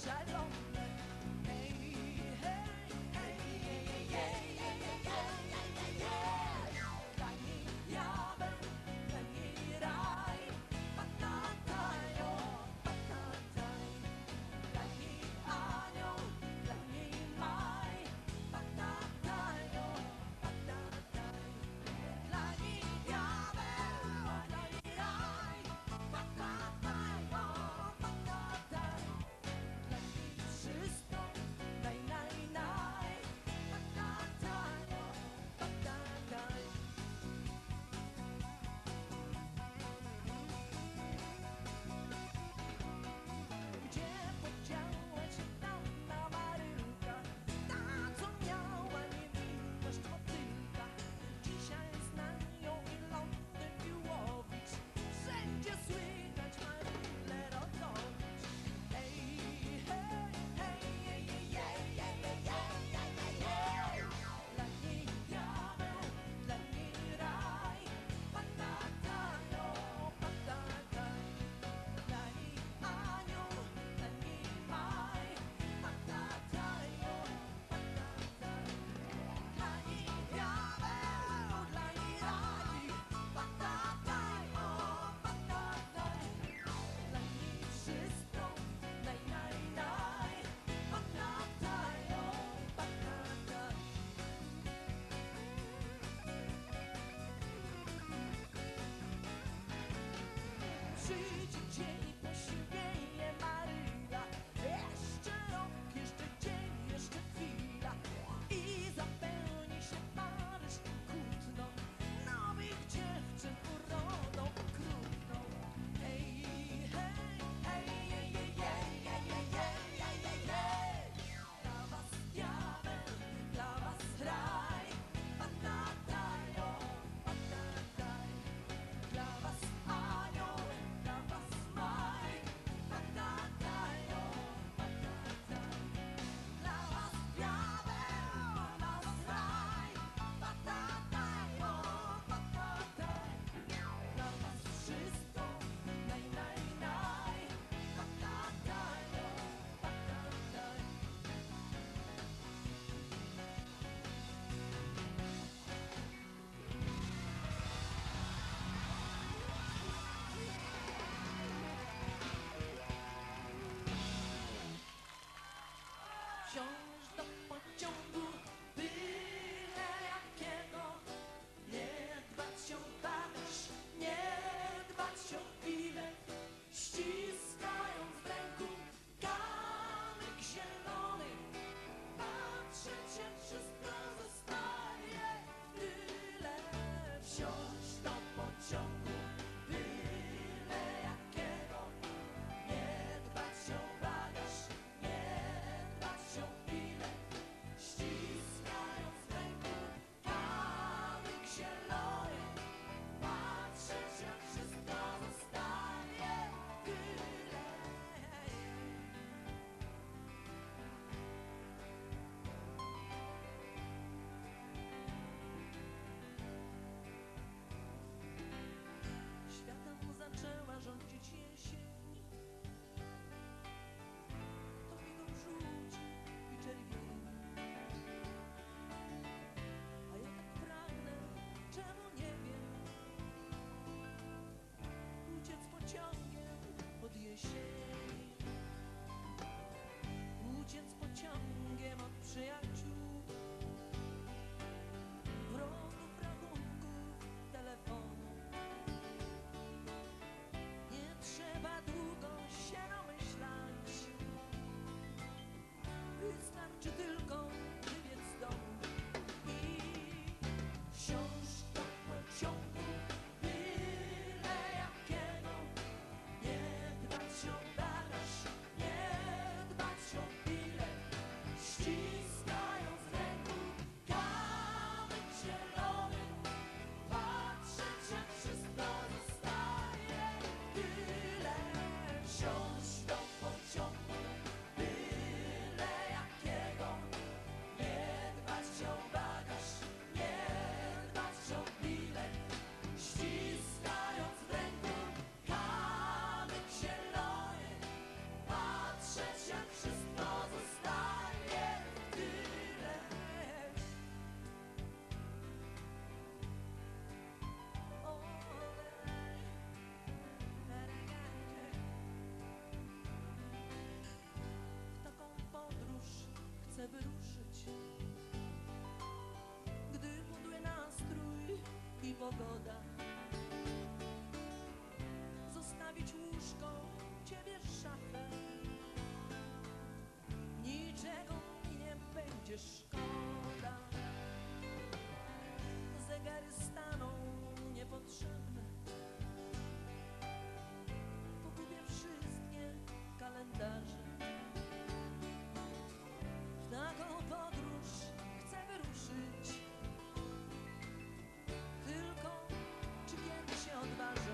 Wsiąść do pociągu, byle jakiego, nie dbać o bagaż, nie dbać o bilet, ściskając w ręku kamyk zielony, patrzeć jak wszystko zostaje w tyle. Wsiąść do pociągu, byle jakiego, nie dbać o bagaż, nie dbać o bilet. nie szkoda. Zegary staną niepotrzebne, pogubię wszystkie kalendarze. W taką podróż chcę wyruszyć, tylko czy kiedy się odważę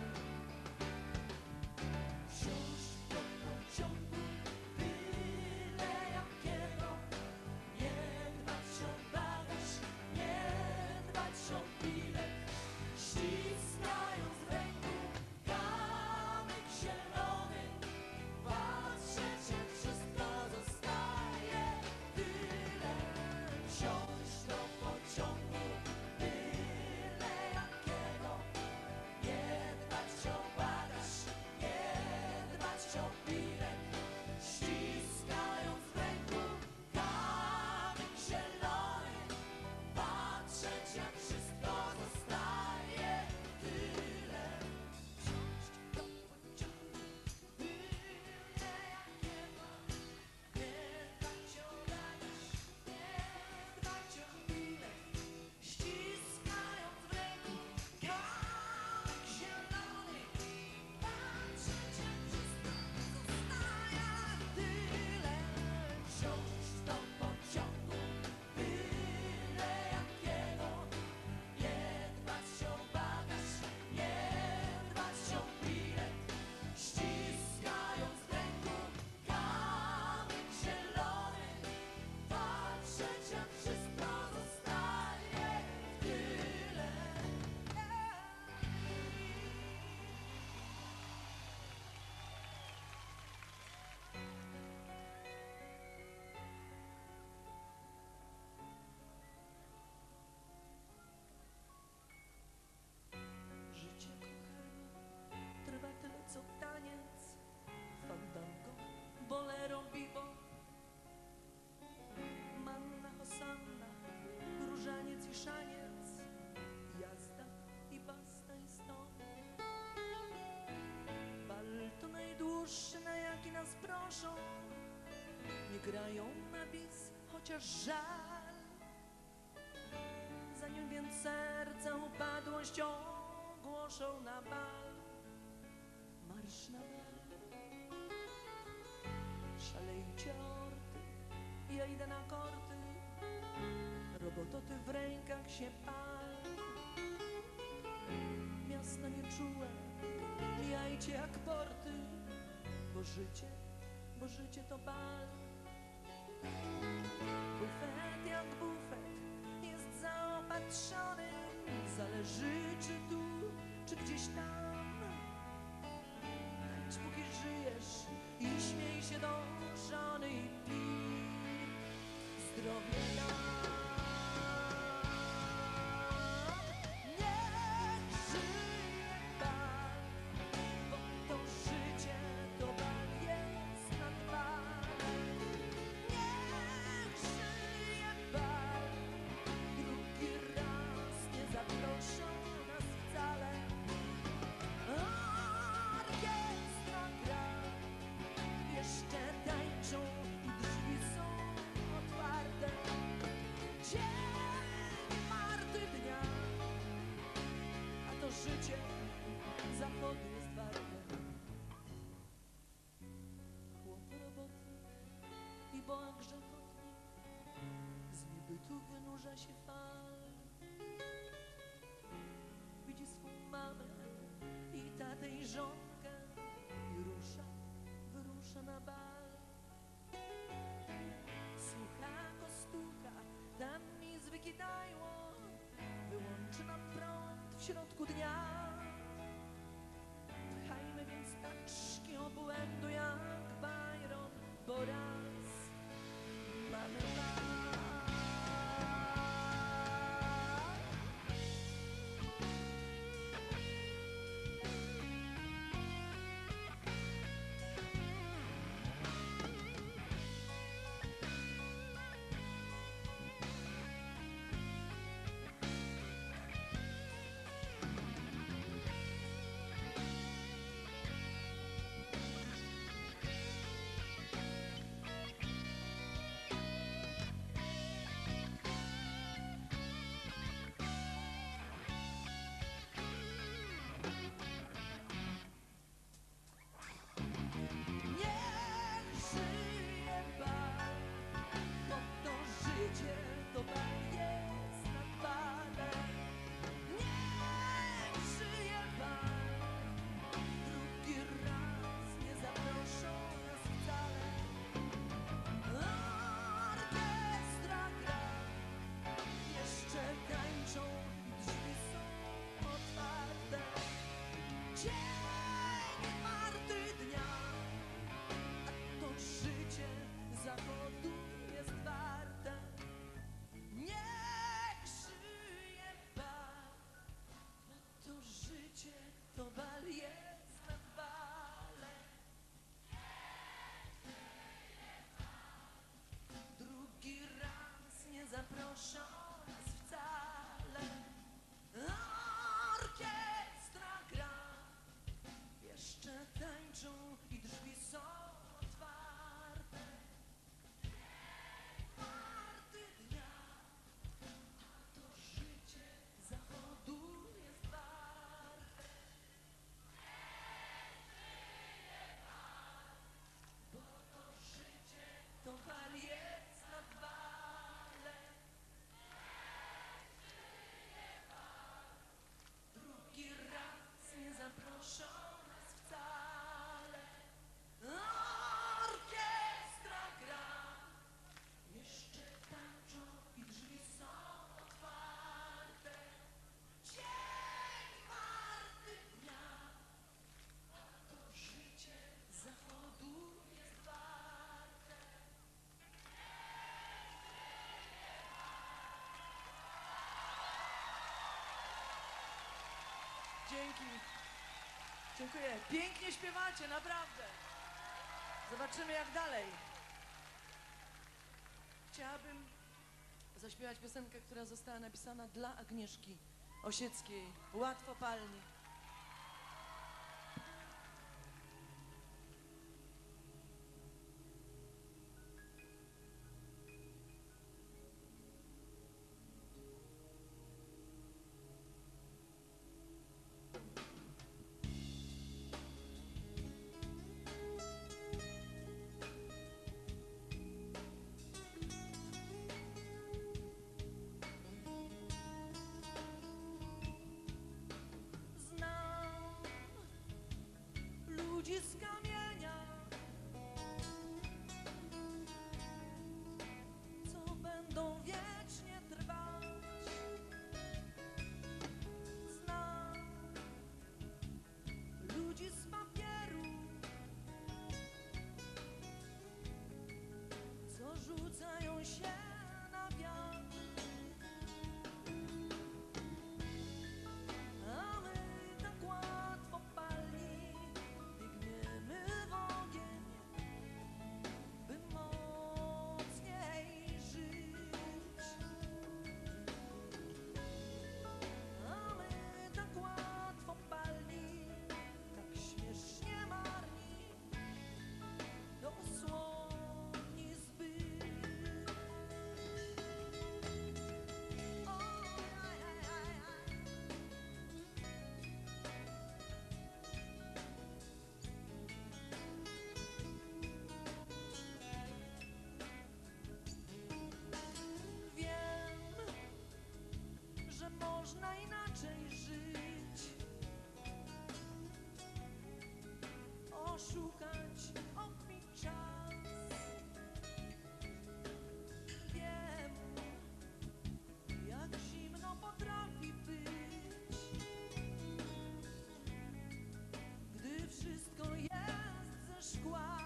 wsiąść do pociągu byle jakiego, nie dbać o bagaż, nie dbać o bilet, ściskając w ręku kamyk zielony, patrzeć jak wszystko zostaje tyle. Wsiąść do pociągu byle jakiego, nie dbać o bagaż, nie dbać o bilet, ściskając w ręku kamyk zielony, patrzeć jak wszystko zostaje tyle. Wsiąść do pociągu byle jakiego, nie dbać o bagaż, nie dbać o bilet, ściskając w ręku kamyk zielony, patrzeć jak wszystko zostaje tyle. Wsiąść do pociągu byle jakiego, nie dbać o bagaż, nie dbać o bilet, ściskając w ręku kamyk zielony, patrzeć jak wszystko zostaje tyle. Życie, kochanie, trwa tyle co taniec, fandango, bolero, bebop, manna, hosanna, różaniec i szaniec, jazda i basta i stop. Bal to najdłuższy, na jaki nas proszą, nie grają na bis, chociaż żal. Zanim więc serca upadłość ogłoszą na bal, marsz na bal. Szalejcie orty, ja idę na korty, robototy w rękach się pal. Miasta nieczułe, mijajcie jak porty, bo życie to bal. Bufet jak bufet jest zaopatrzony, zależy czy tu, czy gdzieś tam. Choć póki żyjesz i śmiej się do żony i pij zdrowie nam. Niech żyje bal, bo to życie to bal jest nad bal. Niech żyje bal, drugi raz nie zaproszą nas wcale. Orkiestra gra, jeszcze tańczą i drzwi są otwarte. Dzień marty dnia, a to życie zachodu jest warte. Chłop robotnik i boak grzechotnik, z niebytu wynurza się fal. Widzi swą mamę i tatę i żonkę i wyrusza na bal. Słucha kostucha, tam mi zwykidajło, wyłączy nam prąd w środku dnia. Pchajmy więc taczki obłędu jak Byron, bo raz mamy bal. Dzięki. Dziękuję. Pięknie śpiewacie, naprawdę. Zobaczymy jak dalej. Chciałabym zaśpiewać piosenkę, która została napisana dla Agnieszki Osieckiej. Łatwopalnie. Ludzi z kamienia, co będą wiecznie trwać. Znam ludzi z papieru, co rzucają się na wiatr, a my tak łatwo palni biegniemy w ogień, by mocniej żyć. A my tak łatwo palni, tak śmiesznie marni, dosłownie zbyt. Wiem, że można inaczej żyć, oszukać, okpić czas. Wiem, jak zimno potrafi być, gdy wszystko jest ze szkła.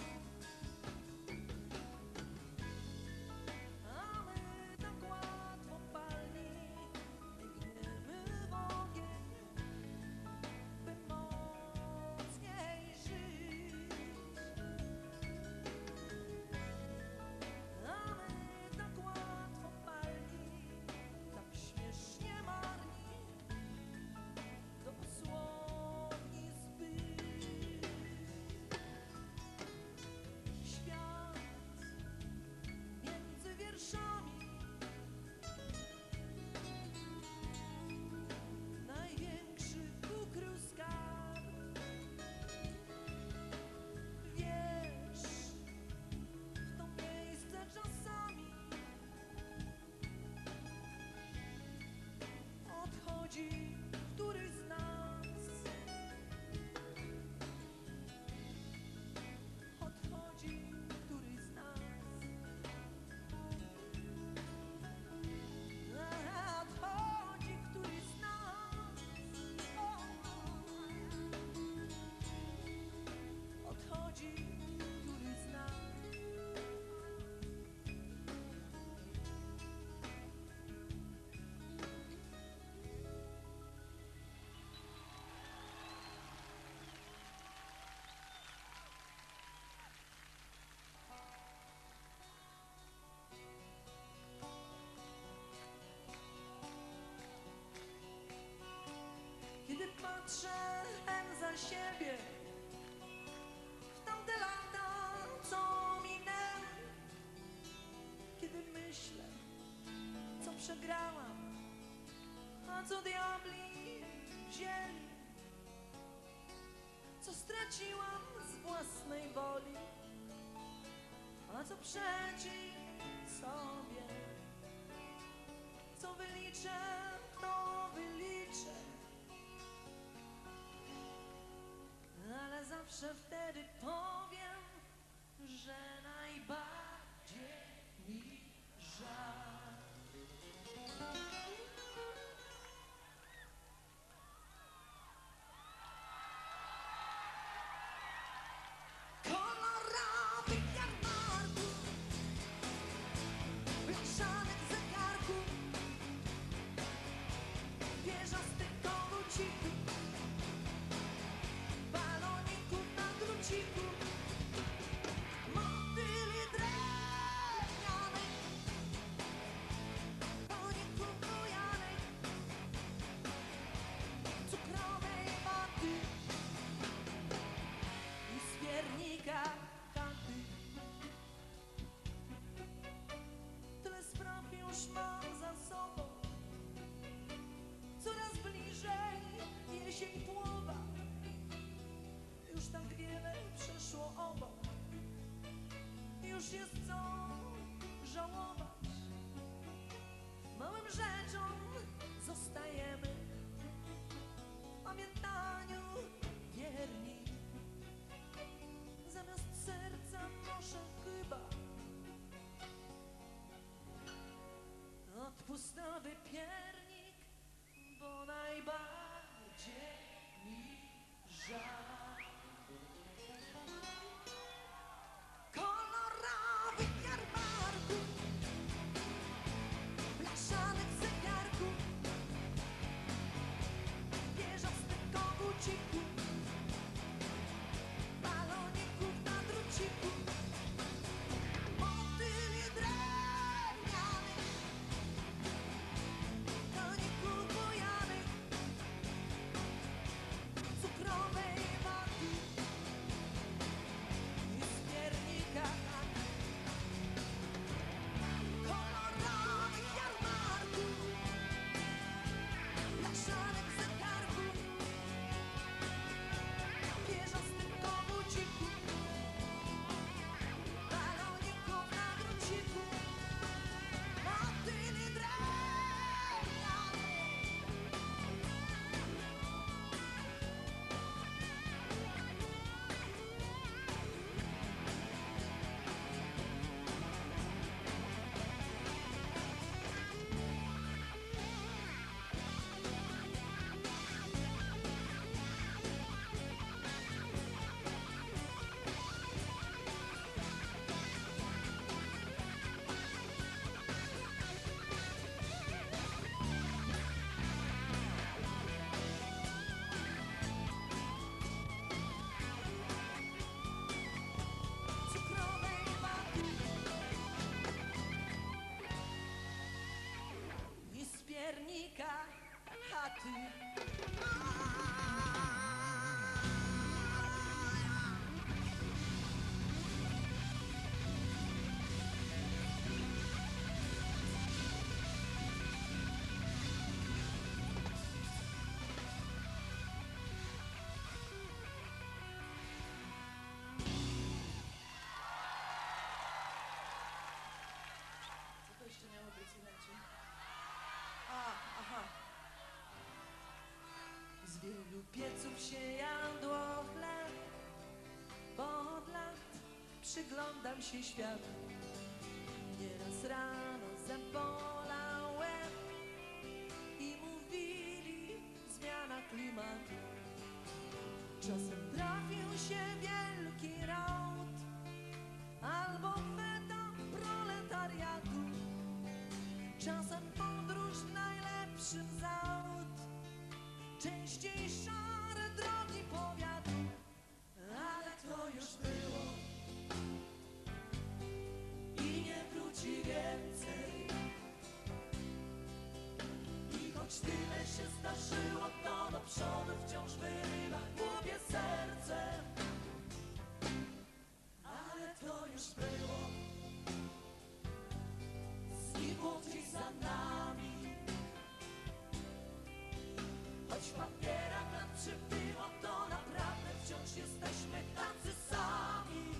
A my tak łatwo palni biegniemy w ogień, by mocniej żyć. A my tak łatwo palni, tak śmiesznie marni, dosłownie zbyt. Świat między wierszami, największy ukrył skarb. Wiesz, w to miejsce czasami odchodzi któryś z nas. Odchodzi któryś z nas. Odchodzi któryś z nas. Odchodzi któryś z nas. Kiedy patrzę za siebie w tamte lata, co minęły, kiedy myślę, co przegrałam, a co diabli wzięli, co straciłam z własnej woli, a co przeciw sobie, co wyliczę, to wyliczę. Ale zawsze wtedy powiem, że najbardziej mi żal. Kolorowych jarmarków, blaszanych zegarków, wieżastych kołów cichych, leci. Aha. Z wielu pieców się jadło chleb, bo od lat przyglądam się światu. Nieraz rano zabolał łeb i mówili zmiana klimatu. Czasem trafił się wielki raut albo weta proletariatu. Czasem podróż najlepszym z aut, częściej szare drogi powiatu. Ale to już było i nie wróci więcej. I choć tyle się zdarzyło, to do przodu wciąż wyrywa głupie serce. Ale to już było, znikło gdzieś za nami. Choć w papierach nam przybyło, to naprawdę wciąż jesteśmy tacy sami.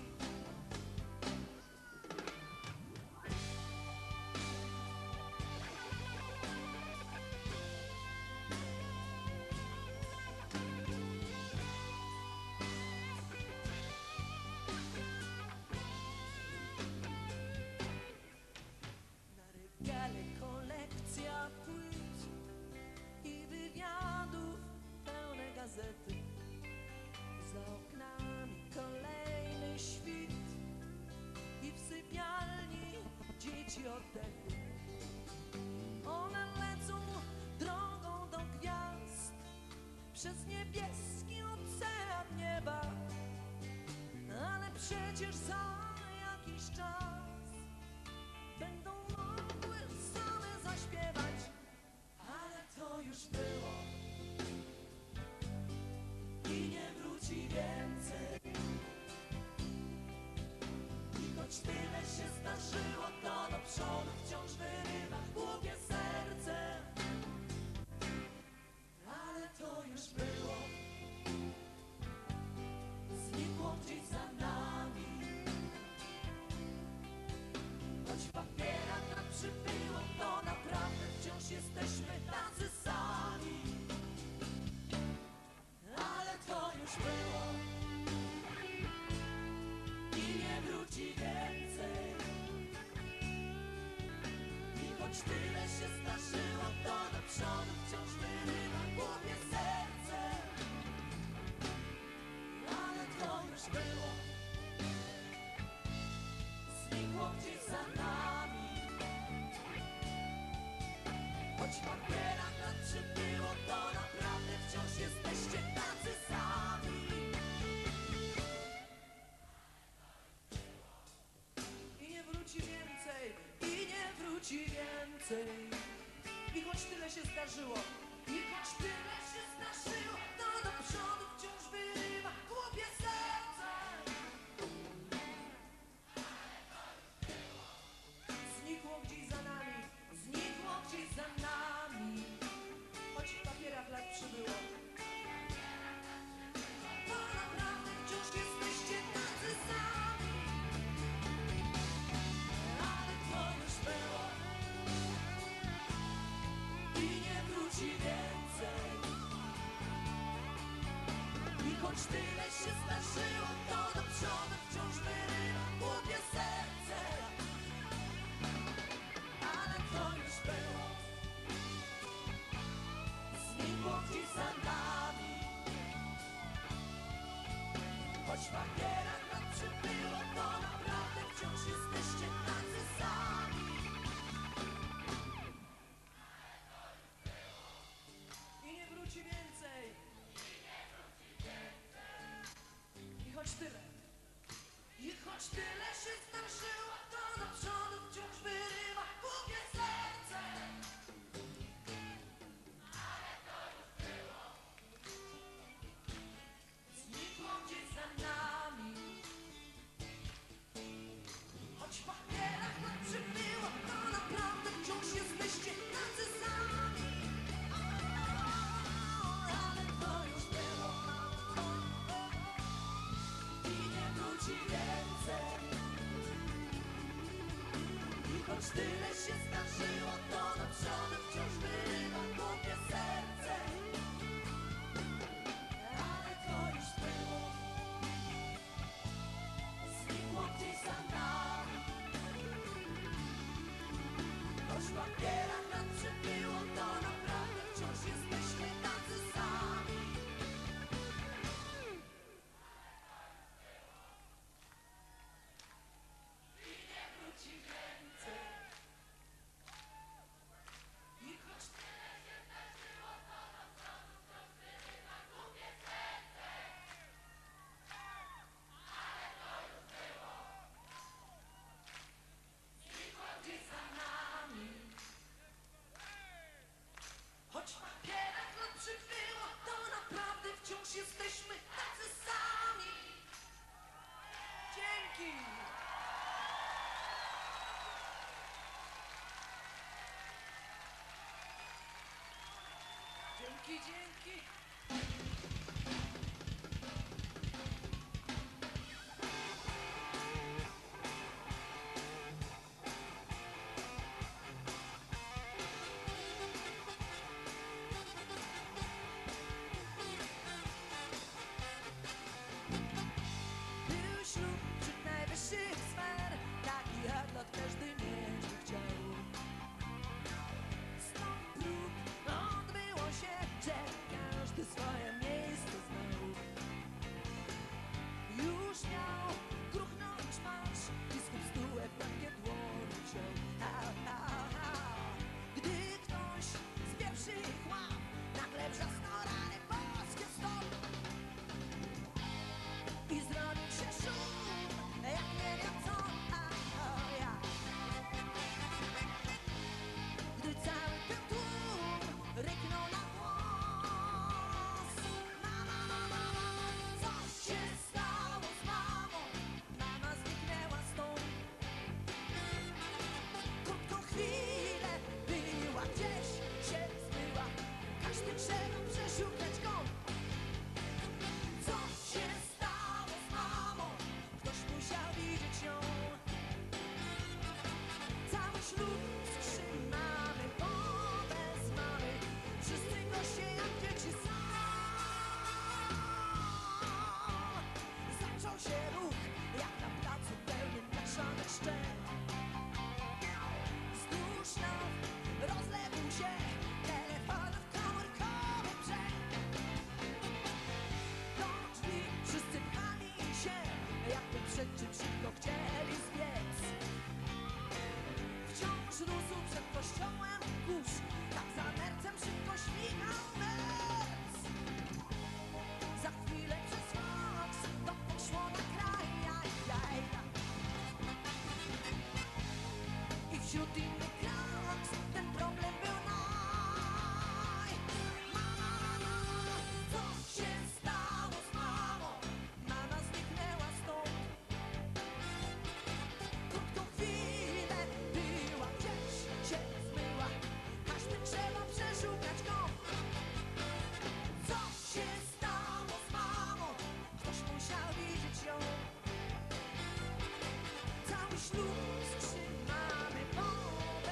Na regale kolekcja płyt i wywiadów pełne gazety. Za oknami kolejny świt i w sypialni dzieci oddechy. One lecą drogą do gwiazd przez niebieski ocean nieba. Ale przecież za jakiś czas będą mogły same zaśpiewać. Ale to już było i nie wróci więcej. I choć tyle się zdarzyło, to do przodu wciąż wyrywa głupie serce. Ale to już było, znikło gdzieś za nami. Choć w papierach nam przybyło, to naprawdę wciąż jesteśmy tacy sami. Ale to już było i nie wróci więcej. I choć tyle się zdarzyło, to do przodu wciąż wyrywa głupie serce. Ale to już było, znikło gdzieś za nami. Choć w papierach nam przybyło, to naprawdę wciąż jesteście tacy sami. I nie wróci więcej, i nie wróci więcej. I choć tyle się zdarzyło, i choć tyle się zdarzyło, to do przodu wciąż wyrywa głupie serce. Znikło gdzieś za nami, znikło gdzieś za nami. Choć w papierach lat przybyło, to naprawdę wciąż jesteście tacy sami. Ale to już było i nie wróci więcej. choć tyle się zdarzyło, to do przodu wciąż wyrywa głupie serce. Ale to już było, znikło gdzieś za nami. Choć w papierach nam przybyło, to naprawdę wciąż jesteśmy tacy sami. I nie wróci więcej. I choć tyle się zdarzyło, to do przodu wciąż wyrywa głupie serce. Ale to już było, znikło gdzieś za nami. Choć w papierach lat przybyło, to naprawdę wciąż jesteśmy tacy sami. Dzięki! Dzięki, dzięki! Był ślub wśród najwyższych sfer, taki jak lat każdy mieć by chciał. Stąd prób odbyło się, że każdy swoje miejsce znał. Już miał gruchnąć marsz, biskup stółek takie dłonie wziął. Gdy ktoś z pierwszych ław nagle wrzasnął rany boskie stop i zrobił się szum, jak nie wiem co, ja. Gdy cały ten tłum ryknął na głos: mama, mama, mama, co się stało z mamą? Mama zniknęła stąd. Krótką chwilę była, gdzieś się zmyła, każdy trzeba przeszukać go. Co się stało z mamą? Ktoś musiał widzieć ją. Cały ślub wstrzymamy, bo bez mamy wszyscy goście jak dzieci są. Zaczął się ruch, jak na placu pełnym blaszanych szczel. Wzdłuż naw rozległ się telefonów komórkowy brzeg. Do drzwi wszyscy pchali się, jakby przed czymś szybko chcieli zbiec. Wciąż rósł przed kościołem kurz, tak za nercem szybko śmigał mec. Za chwilę przez Fox to poszło na kraj, i wśród innych kraks ten problem był naj. Mama, mama, co się stało z mamą? Mama zniknęła stąd. Krótką chwilę była, gdzieś się zmyła, każdy trzeba przeszukać go. Co się stało z mamą? Ktoś musiał widzieć ją. Cały ślub wstrzymamy, bo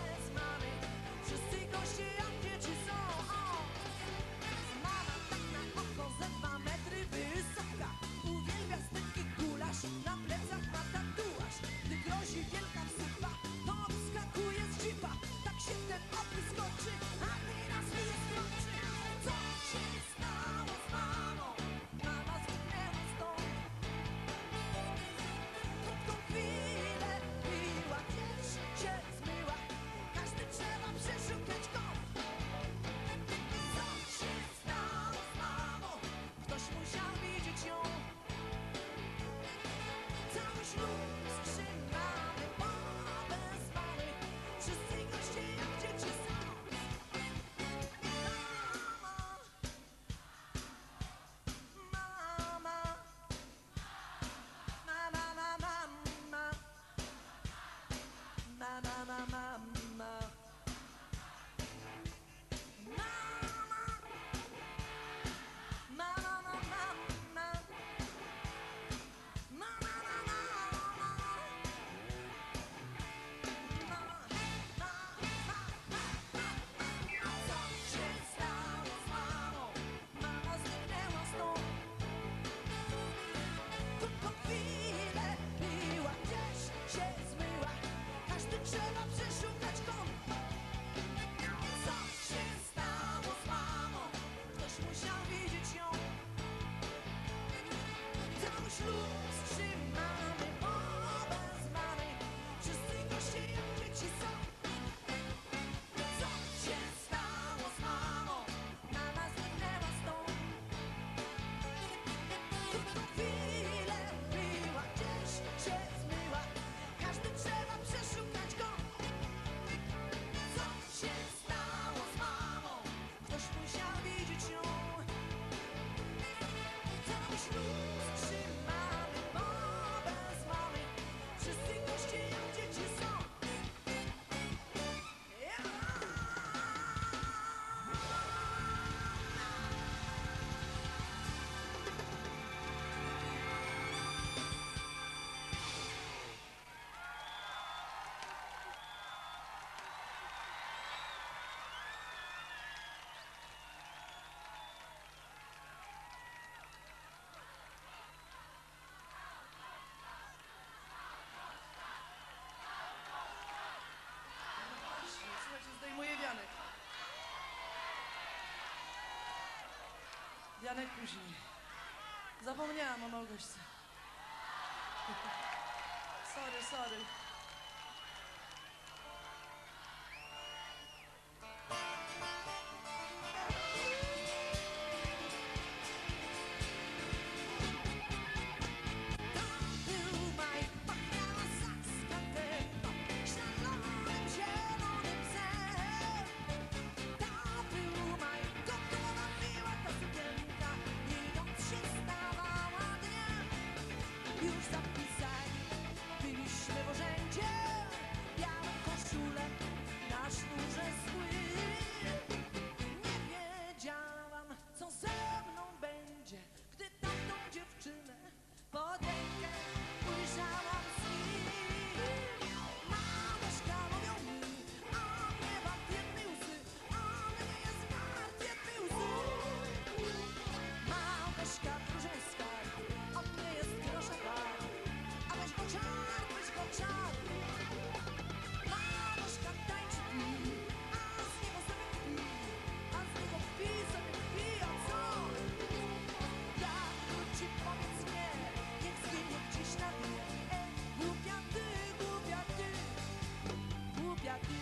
Janek później. Zapomniałam o Małgośce. Sorry. Już zapisali, byliśmy w urzędzie, białe koszule na sznurze zły. Nie wiedziałam, co ze mną będzie, gdy tamtą dziewczynę pod rękę ujrzałam z nim. Małgośka mówią mi, on nie wart jednej łzy, on nie jest wart jednej łzy. Małgośka Różeńska, on nie jest grosza wart, a weź go czar, weź go czar. Małgośka tańczy pi, a z niego sobie kpi, a z niego kpi sobie kpi, a co? Jak ci powiedz nie, niech zginie gdzieś na dnie. Głupia ty, głupia ty, głupia ty.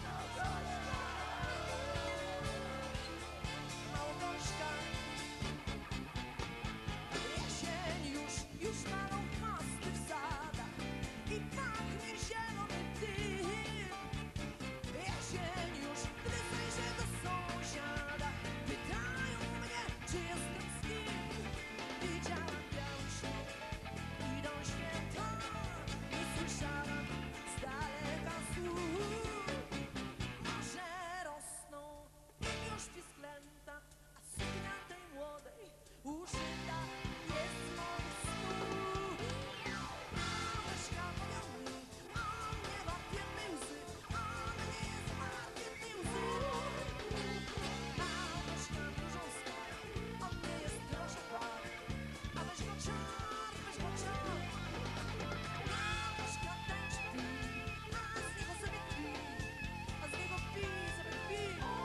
Małgośka. Jesień już malą chwasty w sadach i pachnie zielony dym. Jesień już, gdy zejrzę do sąsiada, pytają mnie, czy jestem z kim. Widziałam biały śnieg, idą święta, nie słyszałam z daleka słów. Morze rosną i już pisklęta, a suknia tej młodej uszyta jest z moich snów. Małgośka mówią mi, on nie wart jednej łzy, on nie jest wart jednej łzy. Małgośka Różowska, on nie jest grosza wart, a weź go czar, weź go czar. Małgośka tańczy pi, a z niego sobie kpi, a z niego kpi sobie kpi.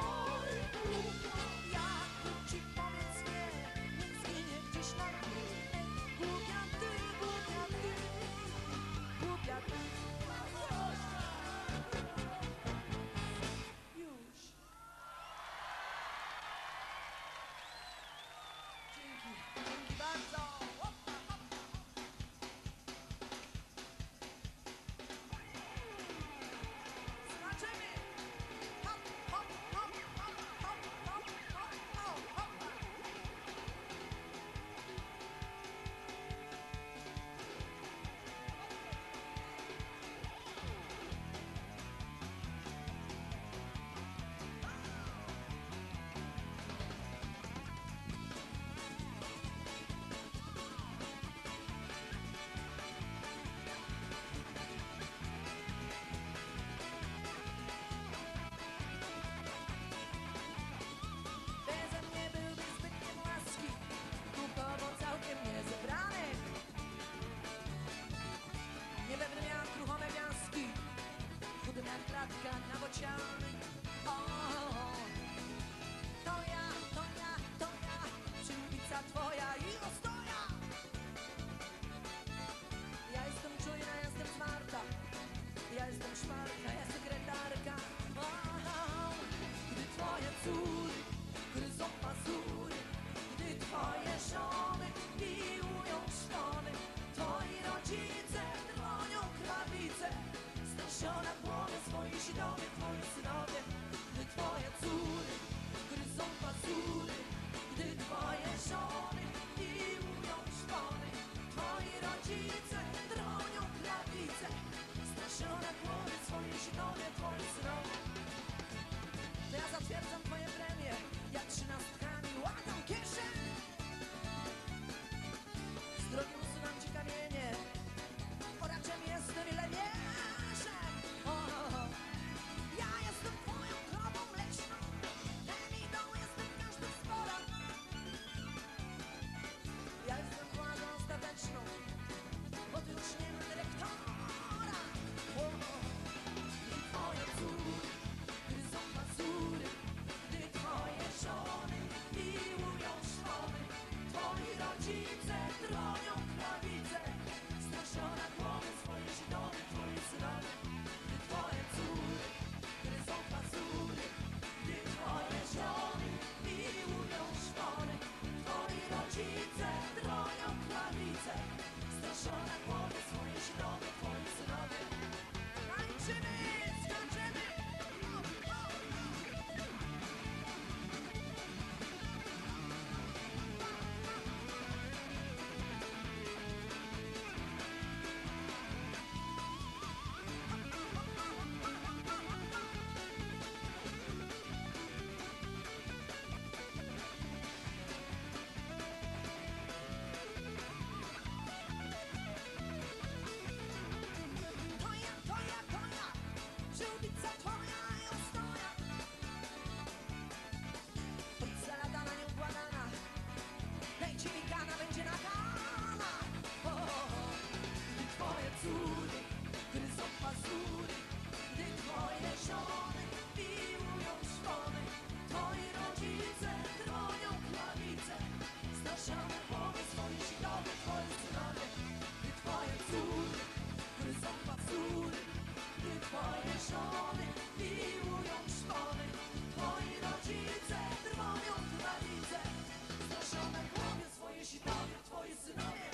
Jak ci powiedz nie, niech zginie gdzieś na dnie. Głupia ty, głupia ty, głupia ty. Już. Dzięki bardzo. Skaczemy. Hop, hop, hop, hop, hop, hop, hop, hop, hop. Beze mnie byłby zbytnie łaski, kupowo całkiem niezebrany. Niepewny jak kruchome piaski, chudy jak klatka na bociany. O, to ja, przyłbica twoja i ostoja. Ja jestem czujna, jestem zmarta, ja jestem szmarka, ja sekretarka. O, gdy twoje córy gryzą pazury, gdy twoje żony piłują szpony, twoi rodzice dronią krawice, straszona głowy swojej sidowie, twoi synowie. Gdy twoje córy gryzą pazury, gdy twoje żony piłują szpony, twoi rodzice dronią krawice, straszona głowy swojej sidowie. ulica twoja i ostoja. Ulica latana, nieubłagana, będzie migana, będzie nakana. Gdy twoje córy gryzą pazury, gdy twoje żony piłują szpony, twoi rodzice dronią klawice, znosione głowy swoje silowe, twoje synowie. Gdy twoje córy gryzą pazury, gdy twoje żony piłują szpony, twoi rodzice dronią klawice, znosione głowy swoje silowe, twoi synowie.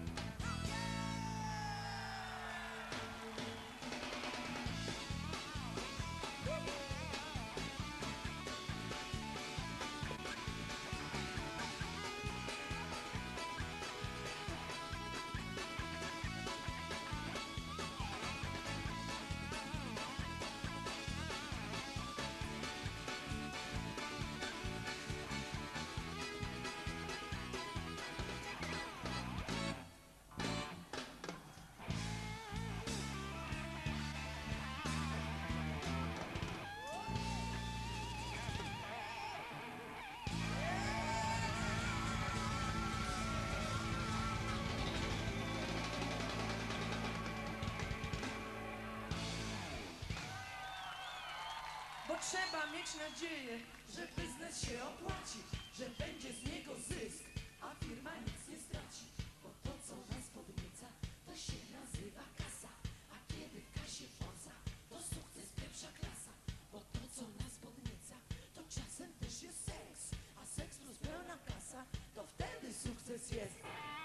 Bo trzeba mieć nadzieję, że biznes się opłaci, że będzie z niego zysk, a firma nic nie straci. Bo to, co nas podnieca, to się nazywa kasa, a kiedy w kasie forza, to sukces pierwsza klasa. Bo to, co nas podnieca, to czasem też jest seks, a seks plus pełna kasa, to wtedy sukces jest.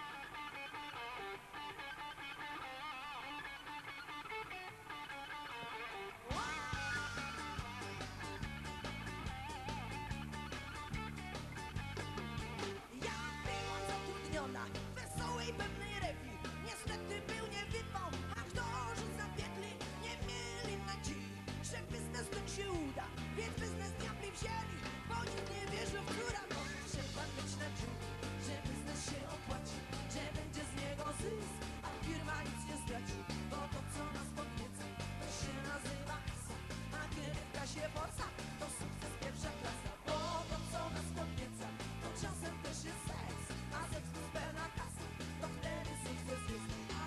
Ja byłam zatrudniona w wesołej pewnej refli. Niestety był niewypał, a aktorzy zawiedli. Nie mieli nadziei, że biznes ten się uda, więc biznes diabli wzięli, bo nikt nie wierzył w córa. Bo trzeba mieć nadzieję, że biznes się opłaci, że będzie z niego zysk, a firma nic nie straci. Bo to, co nas podnieca, to się nazywa kasa, a kiedy w kasie forza, to sukces pierwsza klasa. Bo to, co nas podnieca, to czasem też jest seks, a seks plus pełna kasa, to wtedy sukces jest.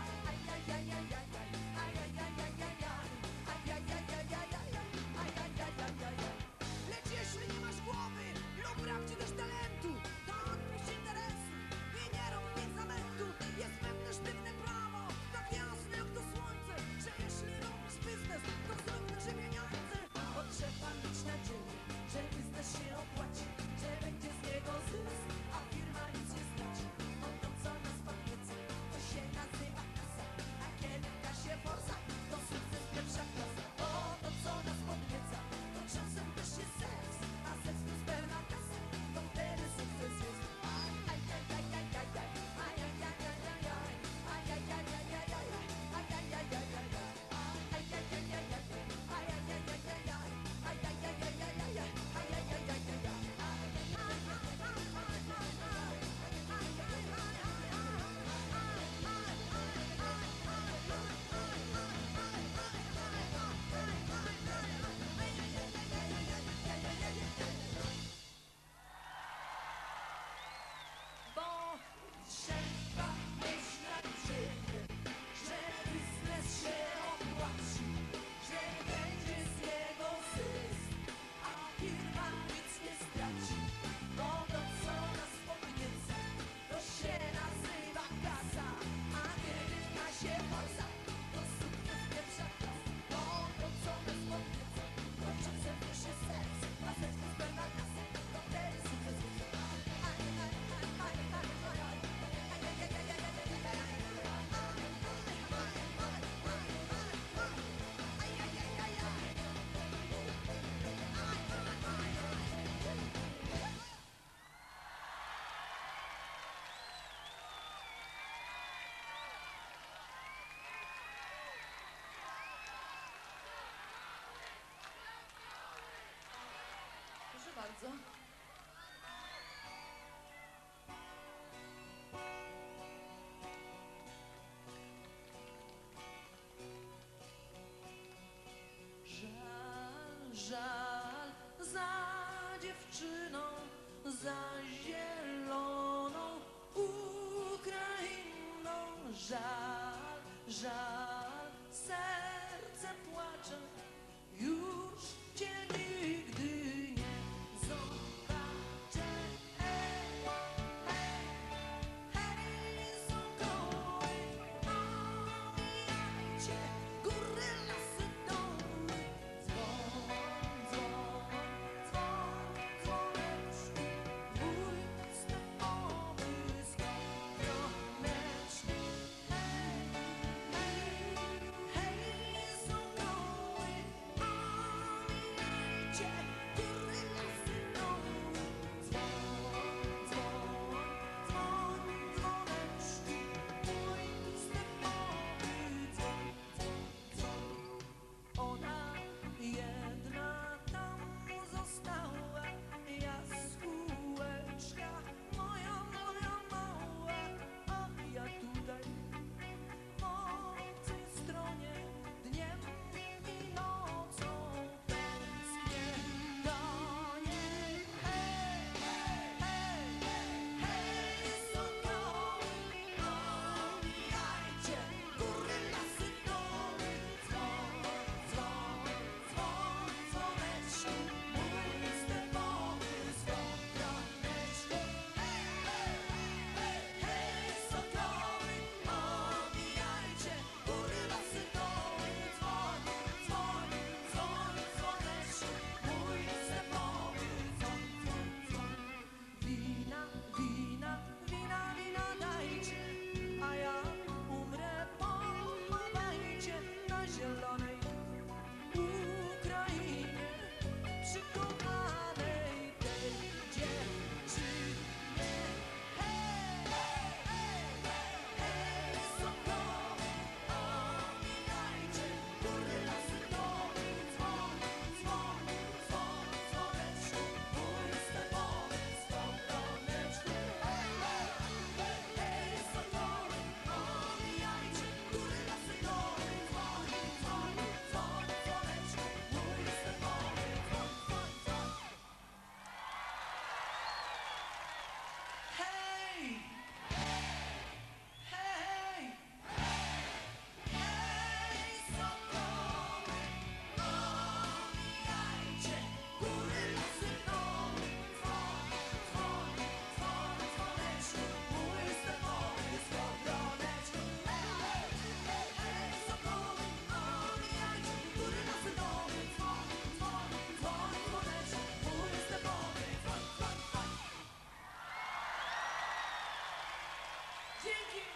Lecz jeśli nie masz głowy lub brak ci też talentu, to odpuść interesu i nie rób nic zamętu. Jest pewne sztywne prawo, tak jasne jak to słońce, że jeśli robisz biznes, to zrób nasze pieniądze. Bo trzeba mieć nadzieję, że biznes się opłaci, że będzie z niego zysk, a firma nic nie straci. Bo to, co nas podnieca, to się nazywa kasa, a kiedy w kasie forza, to sukces pierwsza klasa. Bo to, co nas podnieca, to czasem też jest seks, a seks plus pełna kasa, to wtedy sukces jest. Bo trzeba mieć nadzieję, że biznes się opłaci, że będzie z niego zysk, a firma nic nie straci. Bo to, co nas podnieca, to się nazywa kasa, a kiedy w kasie forza, to sukces pierwsza klasa. Bo to, co nas podnieca, to czasem też jest seks, a seks plus pełna kasa, to wtedy sukces jest. Proszę bardzo. Żal za zieloną Ukrainą. Żal, żal, serce płacze, już cię nigdy nie zobaczę. Hej, hej, hej, sokoły, omijajcie góry, lasy, doły. Dzwon, dzwon, dzwon, dzwoneczku, mój stepowy skowroneczku. Hej, hej, hej, sokoły, omijajcie góry, lasy, doły. Dzwon, dzwon, dzwon, dzwoneczku, mój stepowy dzwon, dzwon, dzwon. Ona jedna tam została, jaskółeczka moja, moja mała, a ja tutaj po tej stronie dniem i nocą tęsknię do niej. Hej, hej, hej, hej, sokoły, omijajcie góry, lasy, doły. Dzwon, dzwon, dzwon, dzwoneczku, mój stepowy skowroneczku. Hej, hej, hej, hej, sokoły, omijajcie góry, lasy, doły. Dzwon, dzwon, dzwon, dzwoneczku, mój stepowy dzwon, dzwon, dzwon. Wina, wina, wina, wina dajcie, a ja umrę, pochowajcie na zielonej Ukrainie, przy kochanej tej dziewczynie. Hej, hej, hej, hej, sokoły, omijajcie góry, lasy, doły. Dzwon, dzwon, dzwon, dzwoneczku, mój stepowy skowroneczku. Hej, hej, hej, hej, sokoły, omijajcie góry, lasy, doły. Dzwon, dzwon, dzwon, dzwoneczku, mój stepowy dzwon, dzwon, dzwon. Hej, hej, hej, sokoły, omijajcie góry, lasy, doły. Dzwon, dzwon, dzwon, dzwoneczku, mój stepowy skowroneczku. Hej, hej, hej, hej, sokoły, omijajcie góry, lasy, doły. Dzwon, dzwon, dzwon, dzwoneczku, mój stepowy dzwon, dzwon, dzwon. Dzięki!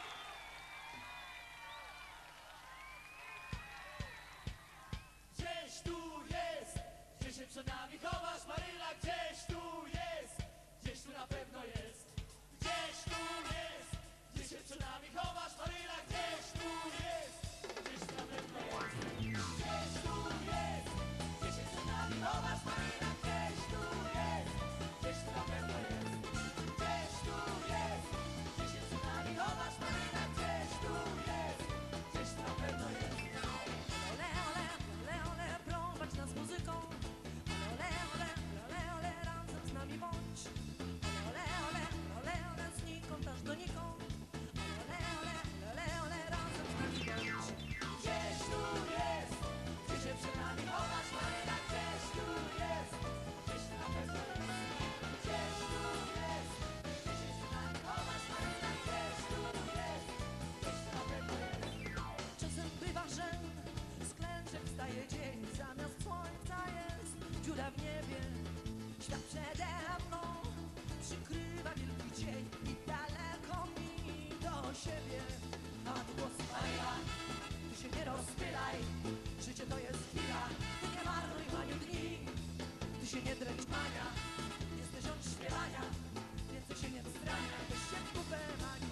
Gdzieś tu jest, gdzie się przed nami chowasz, Maryla, gdzieś tu jest, gdzieś tu na pewno jest. Gdzieś tu jest, gdzie się przed nami chowasz, Maryla, gdzieś tu jest, gdzieś tu na pewno jest. Gdzieś tu jest, gdzie się przed nami chowasz, Maryla, gdzieś tu jest, gdzieś tu na pewno jest. Gdzieś tu jest, gdzie się przed nami chowasz, Maryla, gdzieś tu jest, gdzieś tu na pewno jest. Ole, ole, ole, ole, prowadź nas muzyką. Ole, ole, ole, ole, razem z nami bądź. Ole, ole, ole, ole, znikąd aż donikąd. Ole, ole, ole, ole, razem z nami bądź. Gdzieś tu jest, gdzie się przed nami chowasz, Maryla, gdzieś tu jest, gdzieś tu na pewno jest. Gdzieś tu jest, gdzie się przed nami chowasz, Maryla, gdzieś tu jest, gdzieś tu na pewno jest. Czasem bywa, że z klęczek wstaje dzień, zamiast słońca jest dziura w niebie. Świat przede mną przykrywa wielki cień i daleko mi do siebie. A tu głos Maryla, ty się nie rozpylaj, życie to jest chwila, ty nie marnuj maniu dni, ty się nie dręcz mania, jesteś od śpiewania, więcej się nie wstrania, weź się w kupę maniu.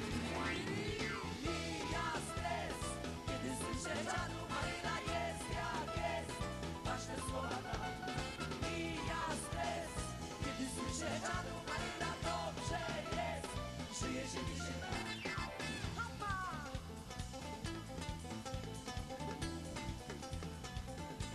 Mija stres, kiedy słyszę dziadu, Maryla jest jak jest, ważne słowa tam. Mija stres, kiedy słyszę dziadu, Maryla, dobrze jest, żyje się dzisiaj tak. Hopa!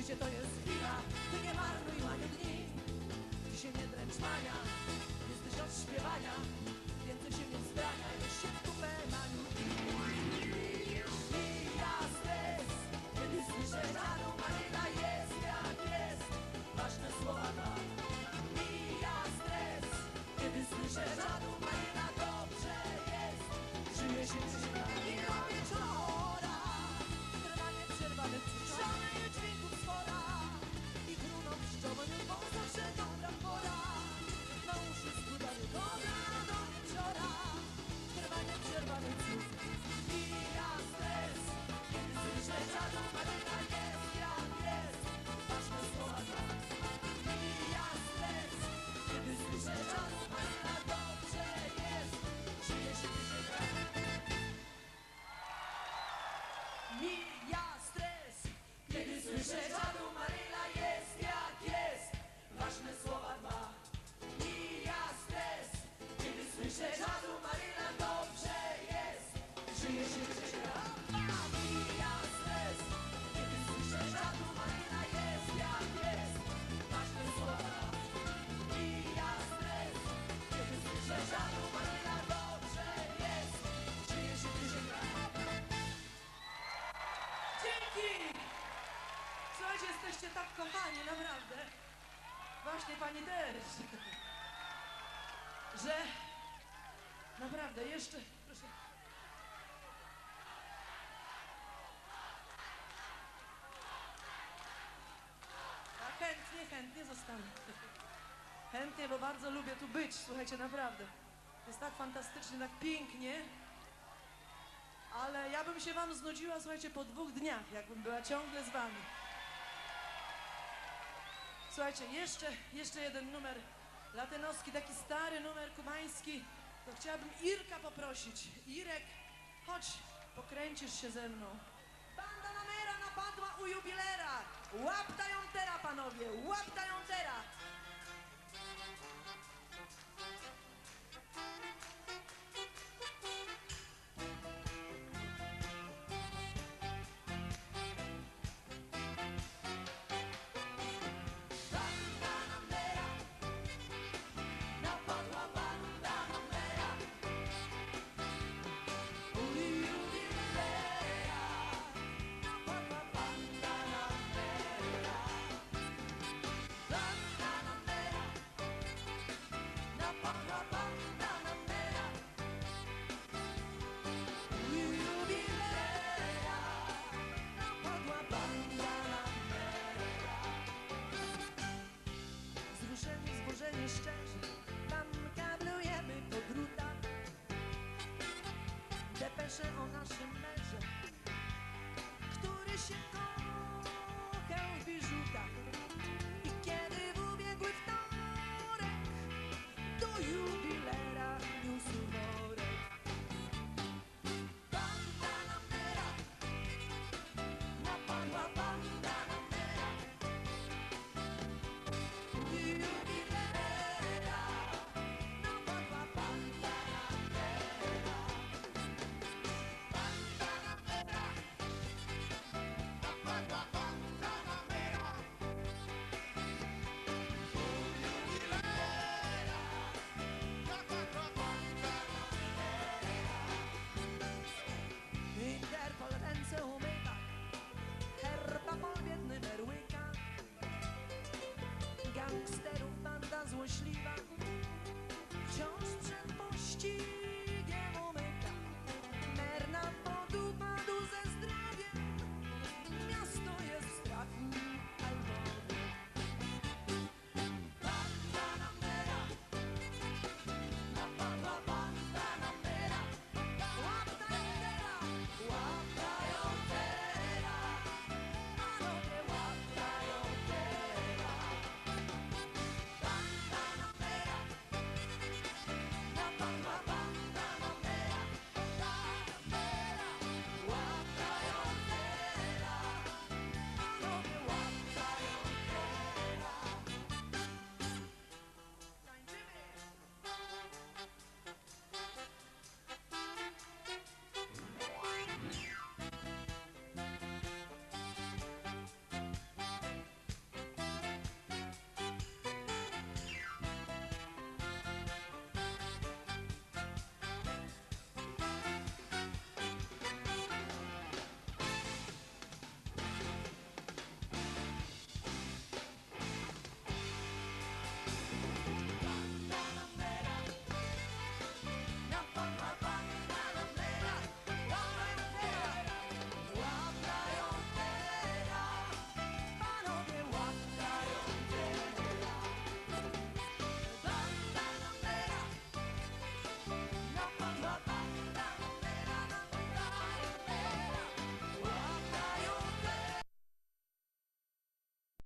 Życie to jest chwila, ty nie marnuj łaniu dni. Ty się nie dręcz mania, jesteś od śpiewania. Więcej się nie zdraniaj, weź się w kupę maniu. Mija stres, kiedy słyszę rano Maryla jest jak jest. Ważne słowa dwa. Mija stres, kiedy słyszę rano Maryla dobrze jest. Żyje się życia i do wieczora. Trwanie przerwane ciszone dźwięków spora. I chruną pszczoły, bo zawsze dobra pora. Na uszy składany dobra do wieczora. Trwanie przerwane cud. Mija stres, kiedy słyszę czarną Maryla jest jak jest. Ważne słowa tak. Mija stres, kiedy słyszę czarną Maryla dobrze jest. Żyje się życia. Mija stres, kiedy słyszę czadu Maryla jest jak jest. Ważne słowa dwa. Mija stres, kiedy słyszę czadu Maryla dobrze jest. Żyje się życia. Mija stres, kiedy słyszę czadu Maryla jest jak jest. Ważne słowa dwa. Mija stres, kiedy słyszę czadu Maryla dobrze jest. Żyje się życia. Dzięki! Słuchajcie, jesteście tak kochani, naprawdę. Właśnie pani też. Że naprawdę jeszcze. Proszę. Tak, chętnie zostanę. Chętnie, bo bardzo lubię tu być. Słuchajcie, naprawdę. Jest tak fantastycznie, tak pięknie. Ale ja bym się wam znudziła, słuchajcie, po 2 dniach, jakbym była ciągle z wami. Słuchajcie, jeszcze jeden numer latynoski, taki stary numer kubański. To chciałabym Irka poprosić. Irek, chodź, pokręcisz się ze mną. Banda Namera napadła u jubilera. Łapta ją tera, panowie, łapta ją tera.